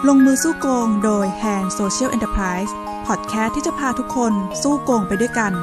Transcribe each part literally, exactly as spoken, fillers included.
ลงมือสู้โกงโดย Hand Social Enterprise พอดแคสต์ที่จะพาทุกคนสู้โกงไปด้วยกัน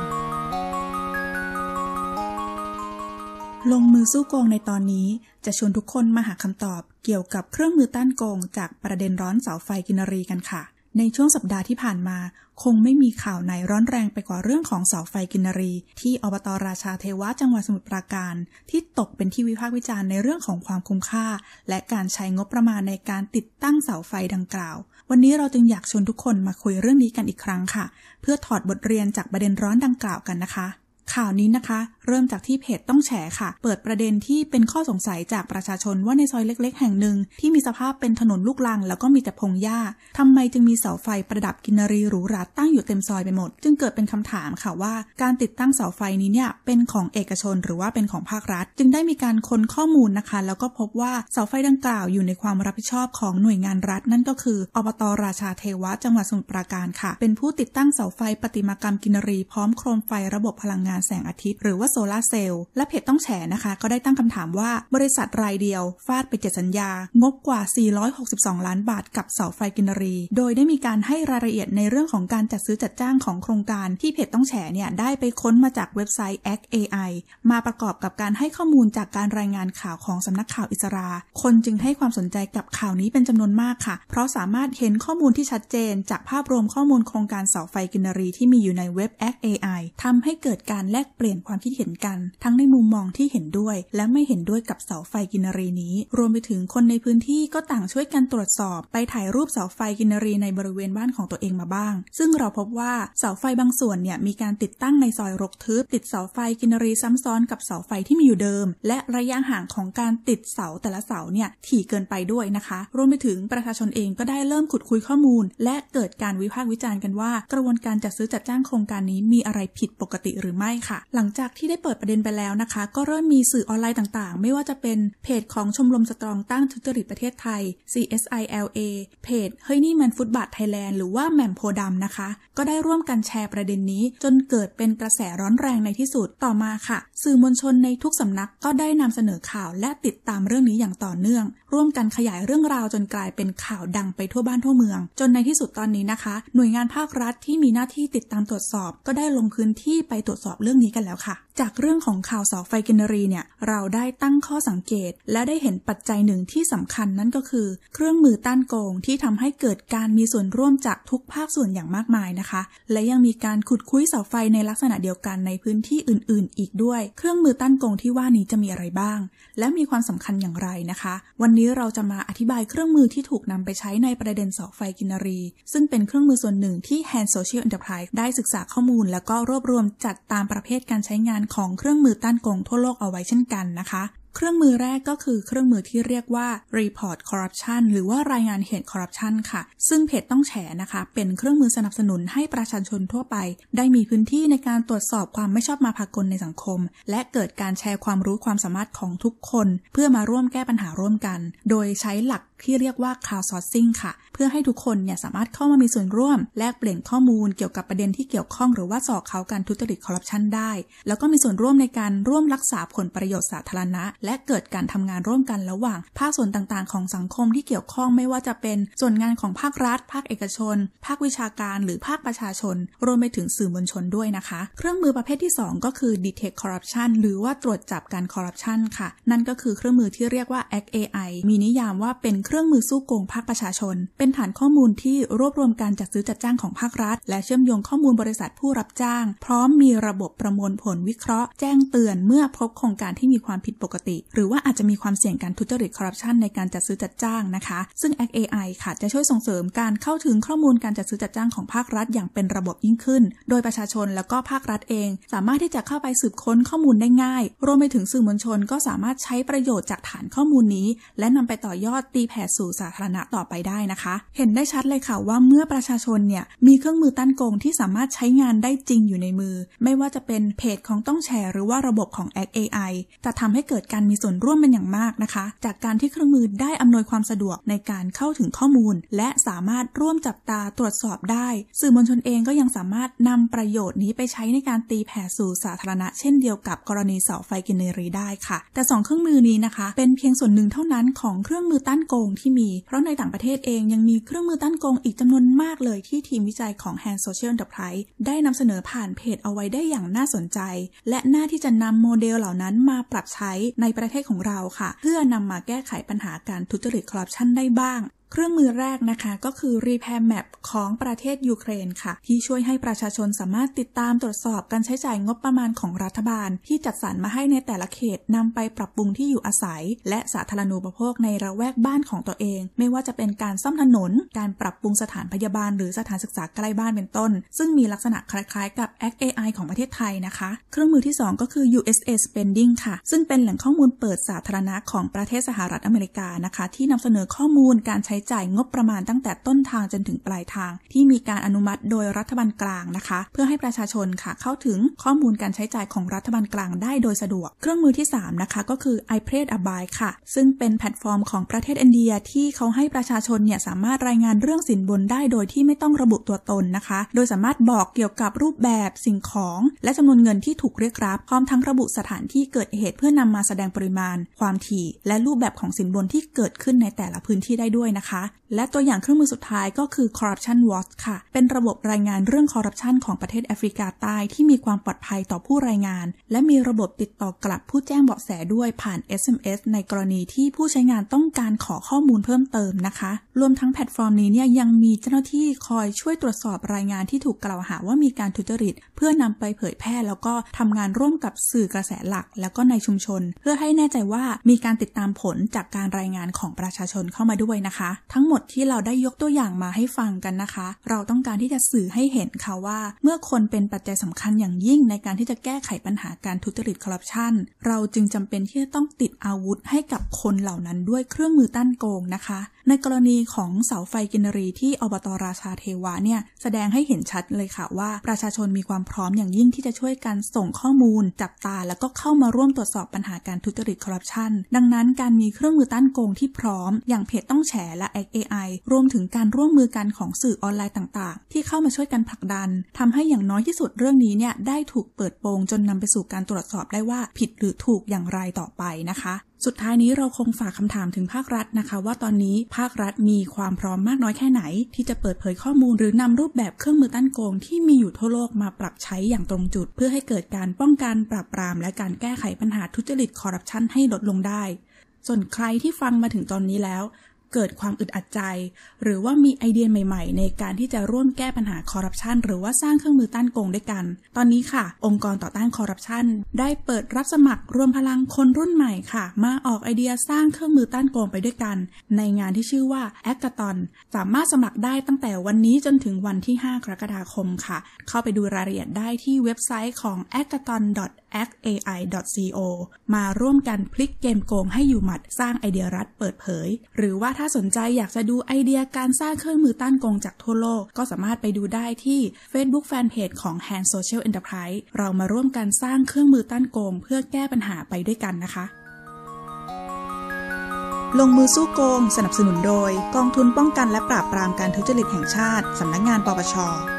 ลงมือสู้โกงในตอนนี้จะชวนทุกคนมาหาคำตอบเกี่ยวกับเครื่องมือต้านโกงจากประเด็นร้อนเสาไฟกินรีกันค่ะในช่วงสัปดาห์ที่ผ่านมาคงไม่มีข่าวไหนร้อนแรงไปกว่าเรื่องของเสาไฟกินรีที่อบต.ราชาเทวะจังหวัดสมุทรปราการที่ตกเป็นที่วิพากษ์วิจารณ์ในเรื่องของความคุ้มค่าและการใช้งบประมาณในการติดตั้งเสาไฟดังกล่าววันนี้เราจึงอยากชวนทุกคนมาคุยเรื่องนี้กันอีกครั้งค่ะเพื่อถอดบทเรียนจากประเด็นร้อนดังกล่าวกันนะคะข่าวนี้นะคะเริ่มจากที่เพจต้องแฉค่ะเปิดประเด็นที่เป็นข้อสงสัยจากประชาชนว่าในซอยเล็กๆแห่งหนึ่งที่มีสภาพเป็นถนนลูกรังแล้วก็มีแต่พงหญ้าทำไมจึงมีเสาไฟประดับกินรีหรูหราตั้งอยู่เต็มซอยไปหมดจึงเกิดเป็นคำถามค่ะว่าการติดตั้งเสาไฟนี้เนี่ยเป็นของเอกชนหรือว่าเป็นของภาครัฐจึงได้มีการค้นข้อมูลนะคะแล้วก็พบว่าเสาไฟดังกล่าวอยู่ในความรับผิดชอบของหน่วยงานรัฐนั่นก็คืออบต.ราชาเทวะจังหวัดสมุทรปราการค่ะเป็นผู้ติดตั้งเสาไฟประติมากรรมกินรีพร้อมโคมไฟระบบพลังงานแสงอาทิตย์หรือว่าโซลาร์เซลล์และเพจต้องแฉนะคะก็ได้ตั้งคำถามว่าบริษัทรายเดียวฟาดไปเจ็ดสัญญางบกว่าสี่ร้อยหกสิบสองล้านบาทกับเสาไฟกินรีโดยได้มีการให้รายละเอียดในเรื่องของการจัดซื้อจัดจ้างของโครงการที่เพจต้องแฉเนี่ยได้ไปค้นมาจากเว็บไซต์ แอค เอ ไอ มาประกอบกับการให้ข้อมูลจากการรายงานข่าวของสำนักข่าวอิสราคนจึงให้ความสนใจกับข่าวนี้เป็นจำนวนมากค่ะเพราะสามารถเห็นข้อมูลที่ชัดเจนจากภาพรวมข้อมูลโครงการเสาไฟกินรีที่มีอยู่ในเว็บ แอค เอ ไอ ทำให้เกิดการแลกเปลี่ยนความคิดเห็นกันทั้งในมุมมองที่เห็นด้วยและไม่เห็นด้วยกับเสาไฟกินรีนี้รวมไปถึงคนในพื้นที่ก็ต่างช่วยกันตรวจสอบไปถ่ายรูปเสาไฟกินรีในบริเวณบ้านของตัวเองมาบ้างซึ่งเราพบว่าเสาไฟบางส่วนเนี่ยมีการติดตั้งในซอยรกทึบติดเสาไฟกินรีซ้ำซ้อนกับเสาไฟที่มีอยู่เดิมและระยะห่างของการติดเสาแต่ละเสาเนี่ยถี่เกินไปด้วยนะคะรวมไปถึงประชาชนเองก็ได้เริ่มขุดคุยข้อมูลและเกิดการวิพากษ์วิจารณ์กันว่ากระบวนการจัดซื้อจัดจ้างโครงการนี้มีอะไรผิดปกติหรือไม่ค่ะหลังจากที่ได้เปิดประเด็นไปแล้วนะคะก็เริ่มมีสื่อออนไลน์ต่างๆไม่ว่าจะเป็นเพจของชมรมสตรองต้านทุจริตประเทศไทย ซี เอส ไอ แอล เอ เพจเฮ้ยนี่มันฟุตบาทไทยแลนด์หรือว่าแหม่มโพดำนะคะก็ได้ร่วมกันแชร์ประเด็นนี้จนเกิดเป็นกระแสร้อนแรงในที่สุดต่อมาค่ะสื่อมวลชนในทุกสำนักก็ได้นำเสนอข่าวและติดตามเรื่องนี้อย่างต่อเนื่องร่วมกันขยายเรื่องราวจนกลายเป็นข่าวดังไปทั่วบ้านทั่วเมืองจนในที่สุดตอนนี้นะคะหน่วยงานภาครัฐที่มีหน้าที่ติดตามตรวจสอบก็ได้ลงพื้นที่ไปตรวจสอบเรื่องนี้กันแล้วค่ะจากเรื่องของข่าวเสาไฟกินรีเนี่ยเราได้ตั้งข้อสังเกตและได้เห็นปัจจัยหนึ่งที่สำคัญนั่นก็คือเครื่องมือต้านโกงที่ทำให้เกิดการมีส่วนร่วมจากทุกภาคส่วนอย่างมากมายนะคะและยังมีการขุดคุ้ยเสาไฟในลักษณะเดียวกันในพื้นที่อื่นๆอีกด้วยเครื่องมือต้านโกงที่ว่านี้จะมีอะไรบ้างและมีความสำคัญอย่างไรนะคะวันนี้เราจะมาอธิบายเครื่องมือที่ถูกนำไปใช้ในประเด็นเสาไฟกินรีซึ่งเป็นเครื่องมือส่วนหนึ่งที่ Hand Social Enterprise ได้ศึกษาข้อมูลแล้วก็รวบรวมจัดตามประเภทการใช้งานของเครื่องมือต้านโกงทั่วโลกเอาไว้เช่นกันนะคะเครื่องมือแรกก็คือเครื่องมือที่เรียกว่า Report Corruption หรือว่ารายงานเหตุ Corruption ค่ะซึ่งเพจต้องแฉนะคะเป็นเครื่องมือสนับสนุนให้ประชาชนทั่วไปได้มีพื้นที่ในการตรวจสอบความไม่ชอบมาพากลในสังคมและเกิดการแชร์ความรู้ความสามารถของทุกคนเพื่อมาร่วมแก้ปัญหาร่วมกันโดยใช้หลักที่เรียกว่า crowdsourcing ค่ะเพื่อให้ทุกคนเนี่ยสามารถเข้ามามีส่วนร่วมแลกเปลี่ยนข้อมูลเกี่ยวกับประเด็นที่เกี่ยวข้องหรือว่าสอบเขาการทุจริตคอร์รัปชันได้แล้วก็มีส่วนร่วมในการร่วมรักษาผลประโยชน์สาธารณะและเกิดการทำงานร่วมกันระหว่างภาคส่วนต่างๆของสังคมที่เกี่ยวข้องไม่ว่าจะเป็นส่วนงานของภาครัฐภาคเอกชนภาควิชาการหรือภาคประชาชนรวมไปถึงสื่อมวลชนด้วยนะคะเครื่องมือประเภทที่สองก็คือ Detect Corruption หรือว่าตรวจจับการคอร์รัปชันค่ะนั่นก็คือเครื่องมือที่เรียกว่า แอค เอ ไอ มีนิยามว่าเป็นเครื่องมือสู้โกงภาคประชาชนเป็นฐานข้อมูลที่รวบรวมการจัดซื้อจัดจ้างของภาครัฐและเชื่อมโยงข้อมูลบริษัทผู้รับจ้างพร้อมมีระบบประมวลผลวิเคราะห์แจ้งเตือนเมื่อพบโครงการที่มีความผิดปกติหรือว่าอาจจะมีความเสี่ยงการทุจริตคอร์รัปชันในการจัดซื้อจัดจ้างนะคะซึ่ง แอค เอ ไอ ค่ะจะช่วยส่งเสริมการเข้าถึงข้อมูลการจัดซื้อจัดจ้างของภาครัฐอย่างเป็นระบบยิ่งขึ้นโดยประชาชนแล้วก็ภาครัฐเองสามารถที่จะเข้าไปสืบค้นข้อมูลได้ง่ายรวมไปถึงสื่อมวลชนก็สามารถใช้ประโยชน์จากฐานข้อมูลนี้และนำไปต่อยอดตีแผ่สู่สาธารณะต่อไปได้นะคะเห็นได้ชัดเลยค่ะว่าเมื่อประชาชนเนี่ยมีเครื่องมือต้านโกงที่สามารถใช้งานได้จริงอยู่ในมือไม่ว่าจะเป็นเพจของต้องแชร์หรือว่าระบบของ แอค เอ ไอ จะทำให้เกิดการมีส่วนร่วมเป็นอย่างมากนะคะจากการที่เครื่องมือได้อำนวยความสะดวกในการเข้าถึงข้อมูลและสามารถร่วมจับตาตรวจสอบได้สื่อมวลชนเองก็ยังสามารถนำประโยชน์นี้ไปใช้ในการตีแผ่สู่สาธารณะเช่นเดียวกับกรณีเสาไฟกินรีได้ค่ะแต่สองเครื่องมือนี้นะคะเป็นเพียงส่วนหนึ่งเท่านั้นของเครื่องมือต้านโกงงที่มีเพราะในต่างประเทศเองยังมีเครื่องมือต้านโกงอีกจำนวนมากเลยที่ทีมวิจัยของ Hand Social Enterprise ได้นำเสนอผ่านเพจเอาไว้ได้อย่างน่าสนใจและน่าที่จะนำโมเดลเหล่านั้นมาปรับใช้ในประเทศของเราค่ะเพื่อนำมาแก้ไขปัญหาการทุจริตคอร์รัปชันได้บ้างเครื่องมือแรกนะคะก็คือ Repair Map ของประเทศยูเครนค่ะที่ช่วยให้ประชาชนสามารถติดตามตรวจสอบการใช้จ่ายงบประมาณของรัฐบาลที่จัดสรรมาให้ในแต่ละเขตนำไปปรับปรุงที่อยู่อาศัยและสาธารณูปโภคในระแวกบ้านของตัวเองไม่ว่าจะเป็นการซ่อมถนนการปรับปรุงสถานพยาบาลหรือสถานศึกษาใกล้บ้านเป็นต้นซึ่งมีลักษณะคล้ายๆกับ Act เอ ไอ ของประเทศไทยนะคะเครื่องมือที่สองก็คือ ยู เอส เอ Spending ค่ะซึ่งเป็นแหล่งข้อมูลเปิดสาธารณะของประเทศสหรัฐอเมริกานะคะที่นำเสนอข้อมูลการใช้จ่ายงบประมาณตั้งแต่ต้นทางจนถึงปลายทางที่มีการอนุมัติโดยรัฐบาลกลางนะคะเพื่อให้ประชาชนค่ะเข้าถึงข้อมูลการใช้จ่ายของรัฐบาลกลางได้โดยสะดวกเครื่องมือที่สามนะคะก็คือ I Pray Abide ค่ะซึ่งเป็นแพลตฟอร์มของประเทศอินเดียที่เขาให้ประชาชนเนี่ยสามารถรายงานเรื่องสินบนได้โดยที่ไม่ต้องระบุตัวตนนะคะโดยสามารถบอกเกี่ยวกับรูปแบบสิ่งของและจำนวนเงินที่ถูกเรียกรับพร้อมทั้งระบุสถานที่เกิดเหตุเพื่อนำมาแสดงปริมาณความถี่และรูปแบบของสินบนที่เกิดขึ้นในแต่ละพื้นที่ได้ด้วยนะคะและตัวอย่างเครื่องมือสุดท้ายก็คือ Corruption Watch ค่ะเป็นระบบรายงานเรื่องคอร์รัปชันของประเทศแอฟริกาใต้ที่มีความปลอดภัยต่อผู้รายงานและมีระบบติดต่อกลับผู้แจ้งเบาะแสด้วยผ่าน เอส เอ็ม เอส ในกรณีที่ผู้ใช้งานต้องการขอข้อมูลเพิ่มเติมนะคะรวมทั้งแพลตฟอร์มนี้เนี่ยยังมีเจ้าหน้าที่คอยช่วยตรวจสอบรายงานที่ถูกกล่าวหาว่ามีการทุจริตเพื่อนำไปเผยแพร่แล้วก็ทำงานร่วมกับสื่อกระแสหลักแล้วก็ในชุมชนเพื่อให้แน่ใจว่ามีการติดตามผลจากการรายงานของประชาชนเข้ามาด้วยนะคะทั้งหมดที่เราได้ยกตัวอย่างมาให้ฟังกันนะคะเราต้องการที่จะสื่อให้เห็นค่ะว่าเมื่อคนเป็นปัจจัยสำคัญอย่างยิ่งในการที่จะแก้ไขปัญหาการทุจริตคอร์รัปชันเราจึงจำเป็นที่จะต้องติดอาวุธให้กับคนเหล่านั้นด้วยเครื่องมือต้านโกงนะคะในกรณีของเสาไฟกินรีที่อบต.ราชาเทวะเนี่ยแสดงให้เห็นชัดเลยค่ะว่าประชาชนมีความพร้อมอย่างยิ่งที่จะช่วยกันส่งข้อมูลจับตาแล้วก็เข้ามาร่วมตรวจสอบปัญหาการทุจริตคอร์รัปชันดังนั้นการมีเครื่องมือต้านโกงที่พร้อมอย่างเพจต้องแฉและ Act เอ ไอ รวมถึงการร่วมมือกันของสื่อออนไลน์ต่างๆที่เข้ามาช่วยกันผลักดันทำให้อย่างน้อยที่สุดเรื่องนี้เนี่ยได้ถูกเปิดโปงจนนำไปสู่การตรวจสอบได้ว่าผิดหรือถูกอย่างไรต่อไปนะคะสุดท้ายนี้เราคงฝากคำถามถึงภาครัฐนะคะว่าตอนนี้ภาครัฐมีความพร้อมมากน้อยแค่ไหนที่จะเปิดเผยข้อมูลหรือนำรูปแบบเครื่องมือต้านโกงที่มีอยู่ทั่วโลกมาปรับใช้อย่างตรงจุดเพื่อให้เกิดการป้องกันปราบปรามและการแก้ไขปัญหาทุจริตคอร์รัปชันให้ลดลงได้ส่วนใครที่ฟังมาถึงตอนนี้แล้วเกิดความอึดอัดใจหรือว่ามีไอเดียใหม่ๆในการที่จะร่วมแก้ปัญหาคอร์รัปชันหรือว่าสร้างเครื่องมือต้านโกงด้วยกันตอนนี้ค่ะองค์กรต่อต้านคอร์รัปชันได้เปิดรับสมัครรวมพลังคนรุ่นใหม่ค่ะมาออกไอเดียสร้างเครื่องมือต้านโกงไปด้วยกันในงานที่ชื่อว่า Hackathon สามารถสมัครได้ตั้งแต่วันนี้จนถึงวันที่ห้ากรกฎาคมค่ะเข้าไปดูรายละเอียดได้ที่เว็บไซต์ของ hackathon ดอท แอค เอ ไอ ดอท ซี โอ มาร่วมกันพลิกเกมโกงให้อยู่หมัดสร้างไอเดียรัฐเปิดเผยหรือว่าถ้าสนใจอยากจะดูไอเดียการสร้างเครื่องมือต้านโกงจากทั่วโลกก็สามารถไปดูได้ที่ Facebook Fanpage ของ Hand Social Enterprise เรามาร่วมกันสร้างเครื่องมือต้านโกงเพื่อแก้ปัญหาไปด้วยกันนะคะลงมือสู้โกงสนับสนุนโดยกองทุนป้องกันและปราบปรามการทุจริตแห่งชาติสำนักงานปปช